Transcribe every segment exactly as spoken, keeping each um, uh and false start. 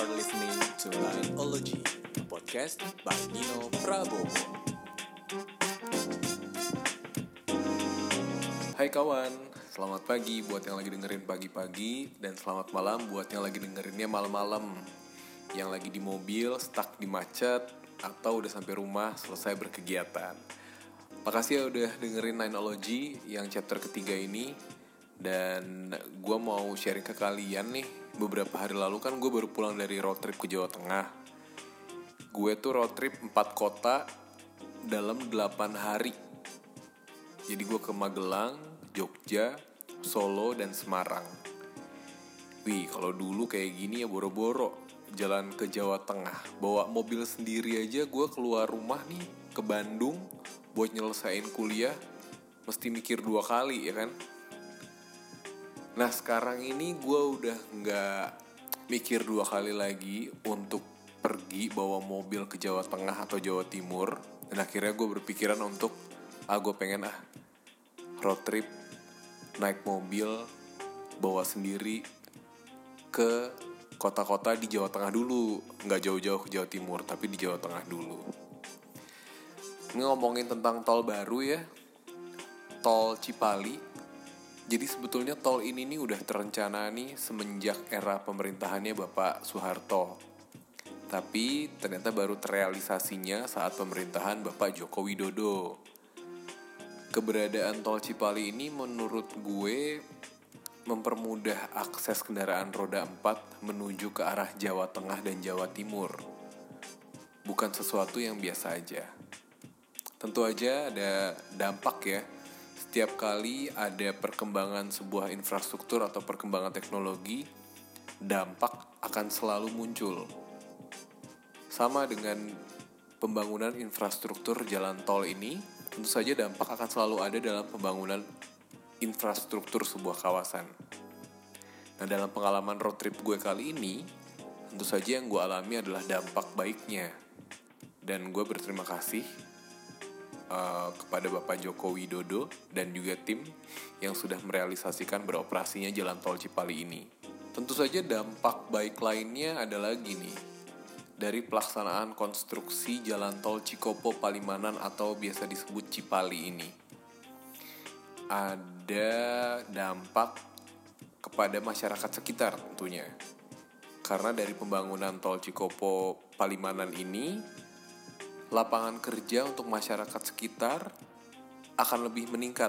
are listening to Lineology, a podcast by Nino Prabowo. Hai kawan, selamat pagi buat yang lagi dengerin pagi-pagi, dan selamat malam buat yang lagi dengerinnya malam-malam. Yang lagi di mobil, stuck di macet, atau udah sampai rumah selesai berkegiatan. Makasih ya udah dengerin Lineology yang chapter ketiga ini. Dan gue mau sharing ke kalian nih, beberapa hari lalu kan gue baru pulang dari road trip ke Jawa Tengah. Gue tuh road trip empat kota dalam delapan hari. Jadi gue ke Magelang, Jogja, Solo, dan Semarang. Wih, kalau dulu kayak gini ya boro-boro jalan ke Jawa Tengah. Bawa mobil sendiri aja gue keluar rumah nih ke Bandung buat nyelesain kuliah, mesti mikir dua kali ya kan. Nah sekarang ini gue udah gak mikir dua kali lagi untuk pergi bawa mobil ke Jawa Tengah atau Jawa Timur. Dan akhirnya gue berpikiran untuk, ah gue pengen ah road trip, naik mobil, bawa sendiri ke kota-kota di Jawa Tengah dulu. Gak jauh-jauh ke Jawa Timur, tapi di Jawa Tengah dulu. Ini ngomongin tentang tol baru ya, tol Cipali. Jadi sebetulnya tol ini nih udah terencana nih semenjak era pemerintahannya Bapak Soeharto. Tapi ternyata baru terrealisasinya saat pemerintahan Bapak Joko Widodo. Keberadaan tol Cipali ini menurut gue mempermudah akses kendaraan roda empat menuju ke arah Jawa Tengah dan Jawa Timur. Bukan sesuatu yang biasa aja. Tentu aja ada dampak ya. Setiap kali ada perkembangan sebuah infrastruktur atau perkembangan teknologi, dampak akan selalu muncul. Sama dengan pembangunan infrastruktur jalan tol ini, tentu saja dampak akan selalu ada dalam pembangunan infrastruktur sebuah kawasan. Nah, dalam pengalaman road trip gue kali ini, tentu saja yang gue alami adalah dampak baiknya. Dan gue berterima kasih Uh, kepada Bapak Joko Widodo dan juga tim yang sudah merealisasikan beroperasinya jalan tol Cipali ini. Tentu saja dampak baik lainnya adalah gini, dari pelaksanaan konstruksi jalan tol Cikopo Palimanan atau biasa disebut Cipali ini. Ada dampak kepada masyarakat sekitar tentunya. Karena dari pembangunan tol Cikopo Palimanan ini, lapangan kerja untuk masyarakat sekitar akan lebih meningkat.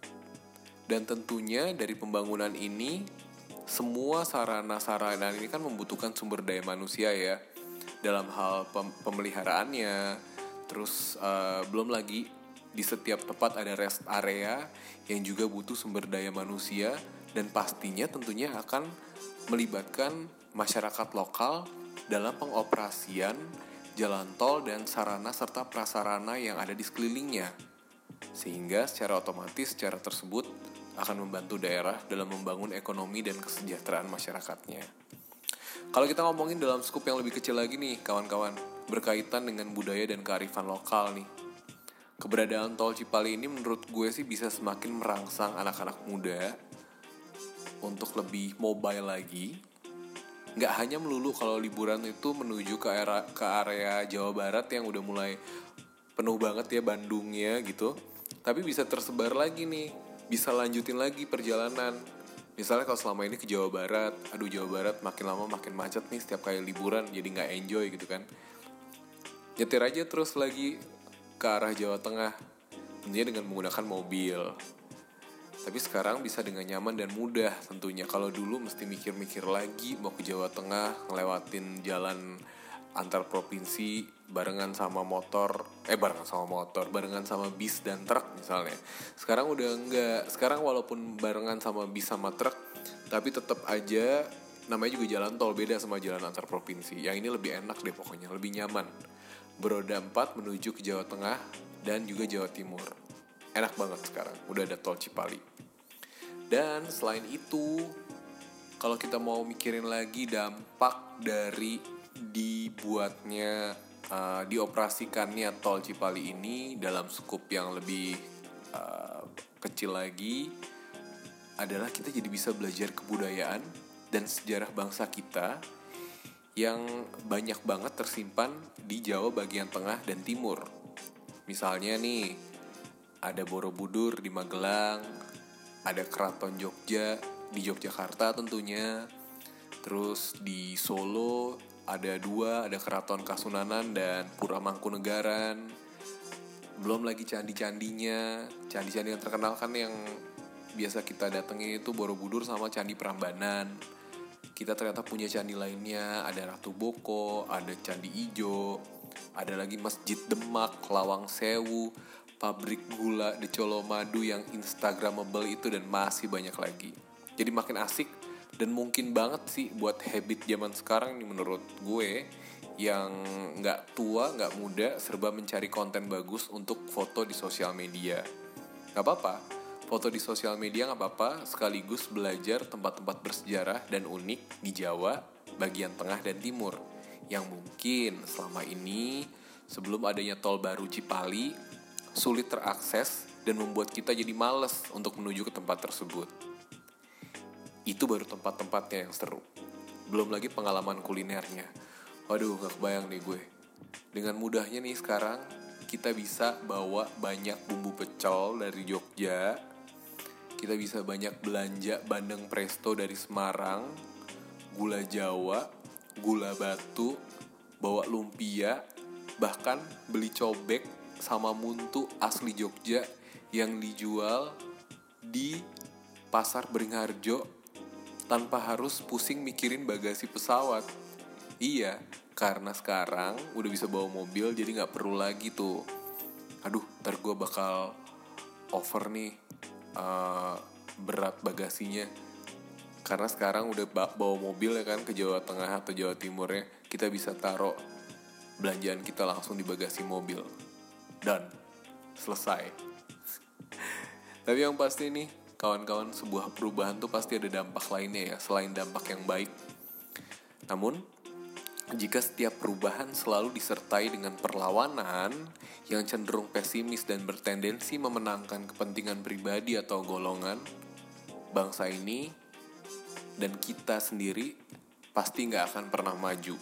Dan tentunya dari pembangunan ini, semua sarana-sarana ini kan membutuhkan sumber daya manusia ya. Dalam hal pem- pemeliharaannya, terus uh, belum lagi di setiap tempat ada rest area yang juga butuh sumber daya manusia. Dan pastinya tentunya akan melibatkan masyarakat lokal dalam pengoperasian jalan tol dan sarana serta prasarana yang ada di sekelilingnya. Sehingga secara otomatis secara tersebut akan membantu daerah dalam membangun ekonomi dan kesejahteraan masyarakatnya. Kalau kita ngomongin dalam skup yang lebih kecil lagi nih kawan-kawan, berkaitan dengan budaya dan kearifan lokal nih. Keberadaan tol Cipali ini menurut gue sih bisa semakin merangsang anak-anak muda untuk lebih mobile lagi. Nggak hanya melulu kalau liburan itu menuju ke area, ke area Jawa Barat yang udah mulai penuh banget ya Bandungnya gitu. Tapi bisa tersebar lagi nih, bisa lanjutin lagi perjalanan. Misalnya kalau selama ini ke Jawa Barat, aduh Jawa Barat makin lama makin macet nih setiap kali liburan, jadi nggak enjoy gitu kan. Nyetir aja terus lagi ke arah Jawa Tengah, tentunya dengan menggunakan mobil. Tapi sekarang bisa dengan nyaman dan mudah tentunya. Kalau dulu mesti mikir-mikir lagi mau ke Jawa Tengah, ngelewatin jalan antar provinsi barengan sama motor, eh barengan sama motor, barengan sama bis dan truk misalnya. Sekarang udah enggak. Sekarang walaupun barengan sama bis sama truk, tapi tetap aja namanya juga jalan tol, beda sama jalan antar provinsi. Yang ini lebih enak deh pokoknya, lebih nyaman. Beroda empat menuju ke Jawa Tengah dan juga Jawa Timur. Enak banget sekarang, udah ada tol Cipali. Dan selain itu, kalau kita mau mikirin lagi dampak dari dibuatnya, uh, dioperasikannya tol Cipali ini dalam skup yang lebih uh, kecil lagi, adalah kita jadi bisa belajar kebudayaan dan sejarah bangsa kita yang banyak banget tersimpan di Jawa bagian tengah dan timur. Misalnya nih, ada Borobudur di Magelang, ada Keraton Jogja di Yogyakarta tentunya. Terus di Solo ada dua, ada Keraton Kasunanan dan Pura Mangkunegaran. Belum lagi candi-candinya, candi-candi yang terkenal kan yang biasa kita datengin itu Borobudur sama Candi Prambanan. Kita ternyata punya candi lainnya, ada Ratu Boko, ada Candi Ijo, ada lagi Masjid Demak, Lawang Sewu, pabrik gula di Colomadu yang instagramable itu, dan masih banyak lagi. Jadi makin asik dan mungkin banget sih buat habit zaman sekarang nih menurut gue, yang gak tua, gak muda, serba mencari konten bagus untuk foto di sosial media. Gak apa-apa, foto di sosial media gak apa-apa, sekaligus belajar tempat-tempat bersejarah dan unik di Jawa, bagian tengah dan timur, yang mungkin selama ini, sebelum adanya tol baru Cipali, sulit terakses dan membuat kita jadi males untuk menuju ke tempat tersebut. Itu baru tempat-tempatnya yang seru. Belum lagi pengalaman kulinernya. Waduh, gak kebayang nih gue. Dengan mudahnya nih sekarang, kita bisa bawa banyak bumbu pecel dari Jogja. Kita bisa banyak belanja bandeng presto dari Semarang, gula Jawa, gula batu, bawa lumpia, bahkan beli cobek sama muntu asli Jogja yang dijual di Pasar Beringharjo tanpa harus pusing mikirin bagasi pesawat. Iya, karena sekarang udah bisa bawa mobil, jadi gak perlu lagi tuh, aduh ntar gue bakal over nih Uh, berat bagasinya. Karena sekarang udah bawa mobil ya kan ke Jawa Tengah atau Jawa Timurnya, kita bisa taruh belanjaan kita langsung di bagasi mobil. Dan selesai. Tapi yang pasti nih kawan-kawan, sebuah perubahan tuh pasti ada dampak lainnya ya, selain dampak yang baik. Namun jika setiap perubahan selalu disertai dengan perlawanan yang cenderung pesimis dan bertendensi memenangkan kepentingan pribadi atau golongan, bangsa ini dan kita sendiri pasti gak akan pernah maju.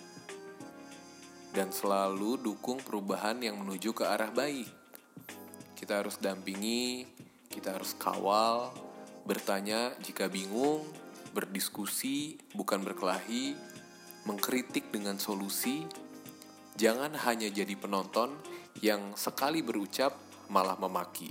Dan selalu dukung perubahan yang menuju ke arah baik. Kita harus dampingi, kita harus kawal, bertanya jika bingung, berdiskusi bukan berkelahi, mengkritik dengan solusi, jangan hanya jadi penonton yang sekali berucap malah memaki.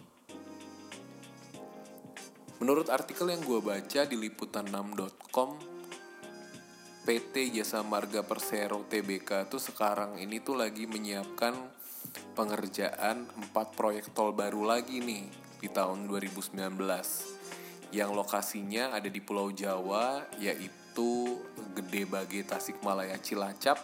Menurut artikel yang gue baca di liputan enam dot com, P T Jasa Marga Persero T B K tuh sekarang ini tuh lagi menyiapkan pengerjaan empat proyek tol baru lagi nih di tahun dua ribu sembilan belas, yang lokasinya ada di Pulau Jawa, yaitu itu Gede Bage Tasikmalaya Cilacap,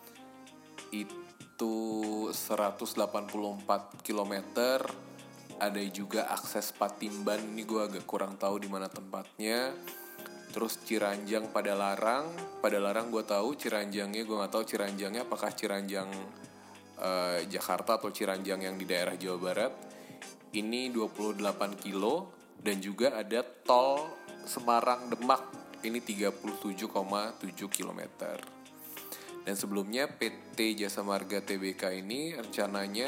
itu seratus delapan puluh empat kilometer. Ada juga akses Patimban, ini gue agak kurang tahu di mana tempatnya. Terus Ciranjang Padalarang, Padalarang gue tahu, Ciranjangnya gue nggak tahu Ciranjangnya apakah Ciranjang uh, Jakarta atau Ciranjang yang di daerah Jawa Barat. Ini dua puluh delapan kilo, dan juga ada tol Semarang Demak. Ini tiga puluh tujuh koma tujuh kilometer. Dan sebelumnya P T Jasa Marga T B K ini rencananya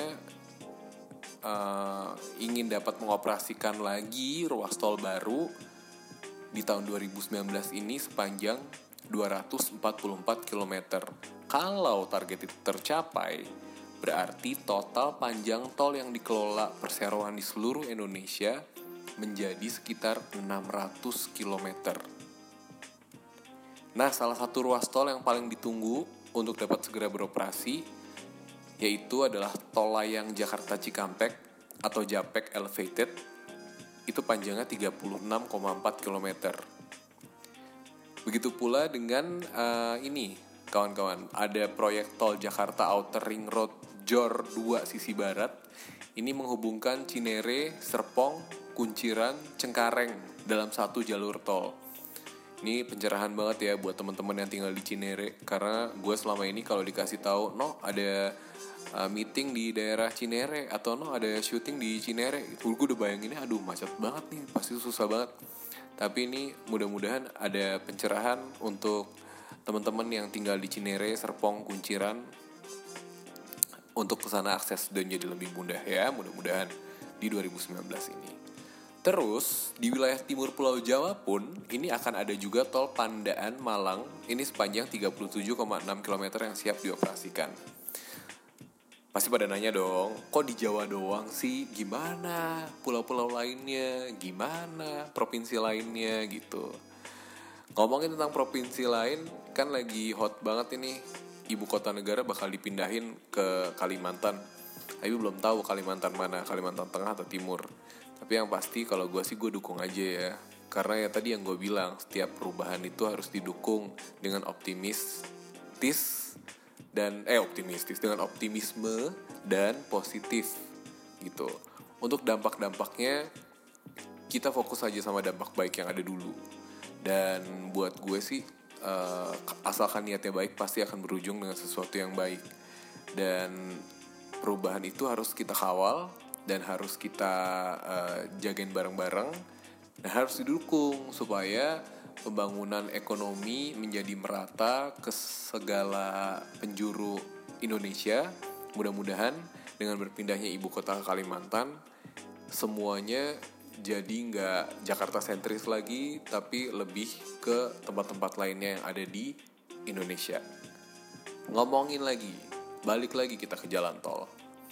uh, ingin dapat mengoperasikan lagi ruas tol baru di tahun dua ribu sembilan belas ini sepanjang dua ratus empat puluh empat kilometer. Kalau target itu tercapai, berarti total panjang tol yang dikelola perseroan di seluruh Indonesia menjadi sekitar enam ratus kilometer. Nah, salah satu ruas tol yang paling ditunggu untuk dapat segera beroperasi yaitu adalah tol layang Jakarta Cikampek atau Japek Elevated. Itu panjangnya tiga puluh enam koma empat kilometer. Begitu pula dengan uh, ini, kawan-kawan, ada proyek tol Jakarta Outer Ring Road Jor dua sisi barat. Ini menghubungkan Cinere, Serpong, Kunciran, Cengkareng dalam satu jalur tol. Ini pencerahan banget ya buat teman-teman yang tinggal di Cinere, karena gue selama ini kalau dikasih tahu, no ada uh, meeting di daerah Cinere atau no ada syuting di Cinere, itu gue udah bayanginnya, aduh macet banget nih, pasti susah banget. Tapi ini mudah-mudahan ada pencerahan untuk teman-teman yang tinggal di Cinere, Serpong, Kunciran, untuk kesana akses dan jadi lebih mudah ya, mudah-mudahan di dua ribu sembilan belas ini. Terus di wilayah timur Pulau Jawa pun ini akan ada juga tol Pandaan Malang, ini sepanjang tiga puluh tujuh koma enam kilometer yang siap dioperasikan. Pasti pada nanya dong, kok di Jawa doang sih? Gimana pulau-pulau lainnya? Gimana provinsi lainnya gitu? Ngomongin tentang provinsi lain, kan lagi hot banget ini. Ibu kota negara bakal dipindahin ke Kalimantan. Tapi belum tahu Kalimantan mana, Kalimantan Tengah atau Timur. Tapi yang pasti kalau gue sih gue dukung aja ya. Karena ya tadi yang gue bilang, setiap perubahan itu harus didukung dengan optimistis dan eh optimistis dengan optimisme dan positif gitu. Untuk dampak-dampaknya kita fokus aja sama dampak baik yang ada dulu. Dan buat gue sih uh, asalkan niatnya baik pasti akan berujung dengan sesuatu yang baik. Dan perubahan itu harus kita kawal dan harus kita uh, jagain bareng-bareng dan harus didukung supaya pembangunan ekonomi menjadi merata ke segala penjuru Indonesia. Mudah-mudahan dengan berpindahnya ibu kota ke Kalimantan, semuanya jadi nggak Jakarta sentris lagi, tapi lebih ke tempat-tempat lainnya yang ada di Indonesia. Ngomongin lagi, balik lagi kita ke jalan tol.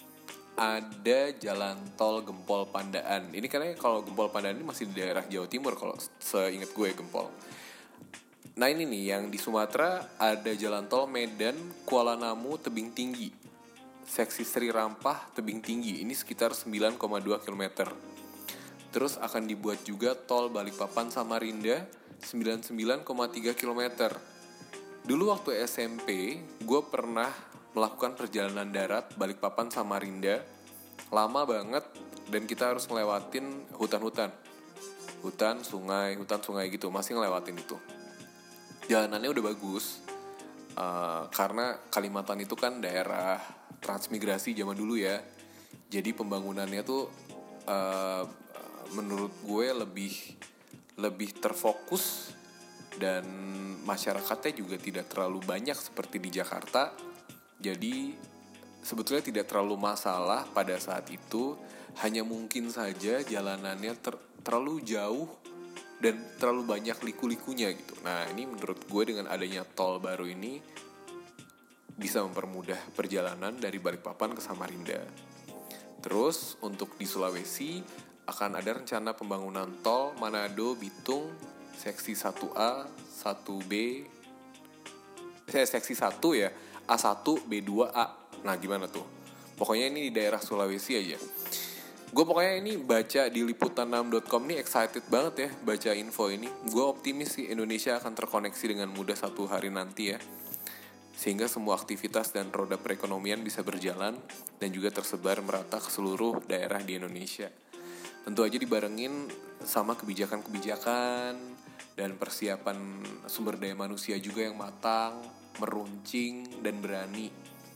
Ada jalan tol Gempol Pandaan. Ini karena kalau Gempol Pandaan ini masih di daerah Jawa Timur kalau seingat gue Gempol. Nah ini nih yang di Sumatera ada jalan tol Medan Kuala Namu Tebing Tinggi, seksi Sri Rampah Tebing Tinggi. Ini sekitar sembilan koma dua kilometer. Terus akan dibuat juga tol Balikpapan Samarinda sembilan puluh sembilan koma tiga kilometer. Dulu waktu S M P, gue pernah melakukan perjalanan darat Balikpapan Samarinda. Lama banget dan kita harus ngelewatin hutan-hutan. Hutan, sungai, hutan, sungai gitu. Masih ngelewatin itu. Jalanannya udah bagus. Uh, karena Kalimantan itu kan daerah transmigrasi zaman dulu ya. Jadi pembangunannya tuh uh, menurut gue lebih lebih terfokus dan masyarakatnya juga tidak terlalu banyak seperti di Jakarta. Jadi sebetulnya tidak terlalu masalah pada saat itu, hanya mungkin saja jalanannya ter- terlalu jauh dan terlalu banyak liku-likunya gitu. Nah ini menurut gue dengan adanya tol baru ini bisa mempermudah perjalanan dari Balikpapan ke Samarinda. Terus untuk di Sulawesi akan ada rencana pembangunan tol Manado Bitung seksi satu A, satu B, eh, seksi satu ya, A satu, B dua, A. Nah gimana tuh? Pokoknya ini di daerah Sulawesi aja. Gue pokoknya ini baca di liputan enam dot com nih excited banget ya baca info ini. Gue optimis sih Indonesia akan terkoneksi dengan mudah satu hari nanti ya. Sehingga semua aktivitas dan roda perekonomian bisa berjalan dan juga tersebar merata ke seluruh daerah di Indonesia. Tentu aja dibarengin sama kebijakan-kebijakan dan persiapan sumber daya manusia juga yang matang, meruncing, dan berani.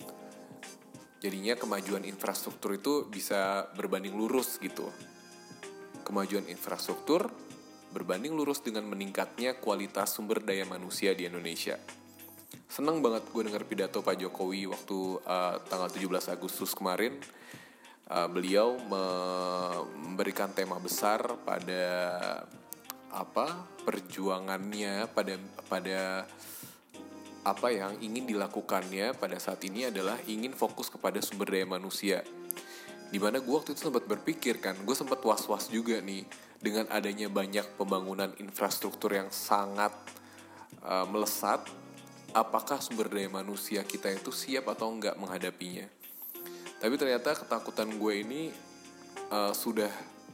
Jadinya kemajuan infrastruktur itu bisa berbanding lurus gitu. Kemajuan infrastruktur berbanding lurus dengan meningkatnya kualitas sumber daya manusia di Indonesia. Seneng banget gue denger pidato Pak Jokowi waktu uh, tanggal tujuh belas Agustus kemarin. Uh, beliau memberikan tema besar pada apa perjuangannya pada pada apa yang ingin dilakukannya pada saat ini adalah ingin fokus kepada sumber daya manusia. Dimana gue waktu itu sempat berpikir kan, gue sempat was-was juga nih dengan adanya banyak pembangunan infrastruktur yang sangat uh, melesat. Apakah sumber daya manusia kita itu siap atau enggak menghadapinya? Tapi ternyata ketakutan gue ini uh, sudah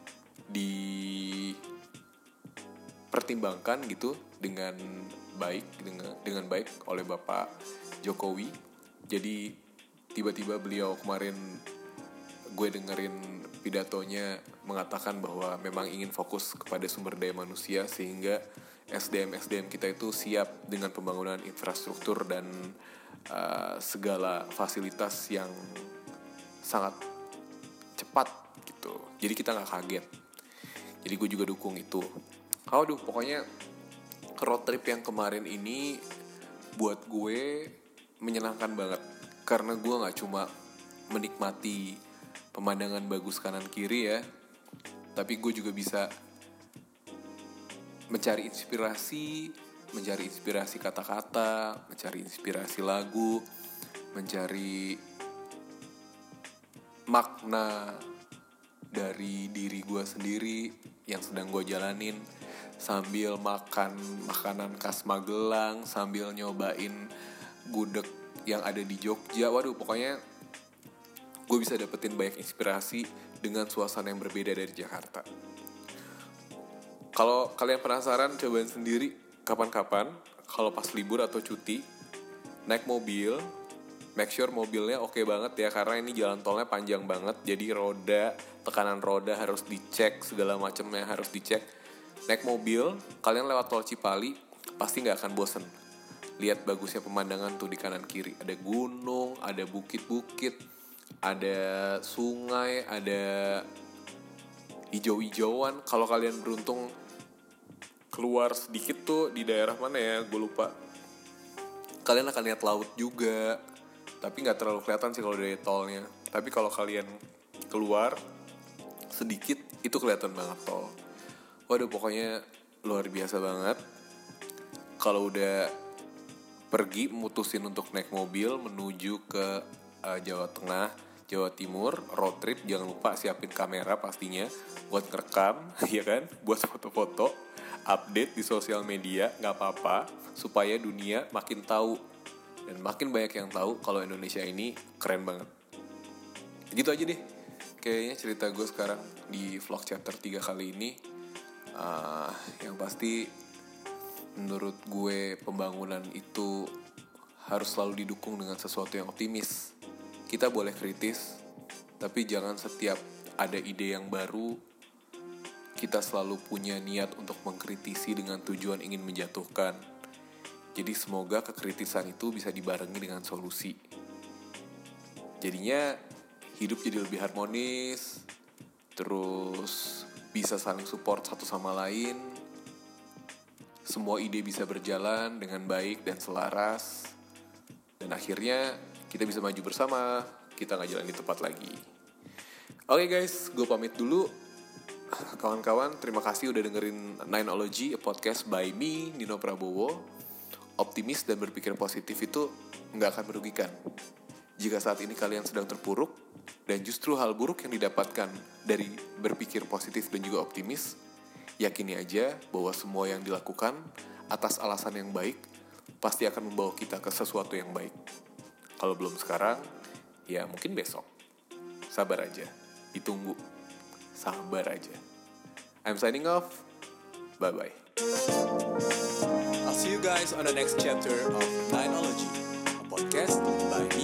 dipertimbangkan gitu dengan baik dengan dengan baik oleh Bapak Jokowi. Jadi tiba-tiba beliau kemarin gue dengerin pidatonya mengatakan bahwa memang ingin fokus kepada sumber daya manusia sehingga S D M S D M kita itu siap dengan pembangunan infrastruktur dan uh, segala fasilitas yang sangat cepat gitu. Jadi kita nggak kaget. Jadi gue juga dukung itu. Aduh, pokoknya road trip yang kemarin ini buat gue menyenangkan banget. Karena gue gak cuma menikmati pemandangan bagus kanan kiri ya, tapi gue juga bisa mencari inspirasi, mencari inspirasi kata-kata, mencari inspirasi lagu, mencari makna dari diri gue sendiri yang sedang gue jalanin, sambil makan makanan khas Magelang, sambil nyobain gudeg yang ada di Jogja. Waduh, pokoknya gue bisa dapetin banyak inspirasi dengan suasana yang berbeda dari Jakarta. Kalau kalian penasaran, cobain sendiri kapan-kapan. Kalau pas libur atau cuti, naik mobil, make sure mobilnya oke banget ya, karena ini jalan tolnya panjang banget. Jadi roda, tekanan roda harus dicek, segala macamnya harus dicek. Naik mobil, kalian lewat tol Cipali, pasti gak akan bosen. Lihat bagusnya pemandangan tuh di kanan kiri. Ada gunung, ada bukit-bukit, ada sungai, ada hijau-hijauan. Kalau kalian beruntung keluar sedikit tuh di daerah mana ya, gue lupa, kalian akan lihat laut juga. Tapi gak terlalu kelihatan sih kalau dari tolnya. Tapi kalau kalian keluar sedikit, itu kelihatan banget tol. Waduh, pokoknya luar biasa banget. Kalau udah pergi mutusin untuk naik mobil menuju ke uh, Jawa Tengah, Jawa Timur, road trip, jangan lupa siapin kamera pastinya buat ngerekam, ya kan, buat foto-foto, update di sosial media, nggak apa-apa, supaya dunia makin tahu dan makin banyak yang tahu kalau Indonesia ini keren banget. Gitu aja deh, kayaknya cerita gue sekarang di vlog chapter tiga kali ini. Uh, yang pasti menurut gue pembangunan itu harus selalu didukung dengan sesuatu yang optimis. Kita boleh kritis, tapi jangan setiap ada ide yang baru kita selalu punya niat untuk mengkritisi dengan tujuan ingin menjatuhkan. Jadi semoga kekritisan itu bisa dibarengi dengan solusi. Jadinya hidup jadi lebih harmonis, terus bisa saling support satu sama lain. Semua ide bisa berjalan dengan baik dan selaras. Dan akhirnya kita bisa maju bersama. Kita gak jalan di tempat lagi. Oke okay guys, gue pamit dulu. Kawan-kawan, terima kasih udah dengerin Nineology, a podcast by me, Nino Prabowo. Optimis dan berpikir positif itu gak akan merugikan. Jika saat ini kalian sedang terpuruk, dan justru hal buruk yang didapatkan dari berpikir positif dan juga optimis, yakini aja bahwa semua yang dilakukan atas alasan yang baik pasti akan membawa kita ke sesuatu yang baik. Kalau belum sekarang, ya mungkin besok. Sabar aja, ditunggu. Sabar aja. I'm signing off. Bye-bye. I'll see you guys on the next chapter of Nineology, a podcast by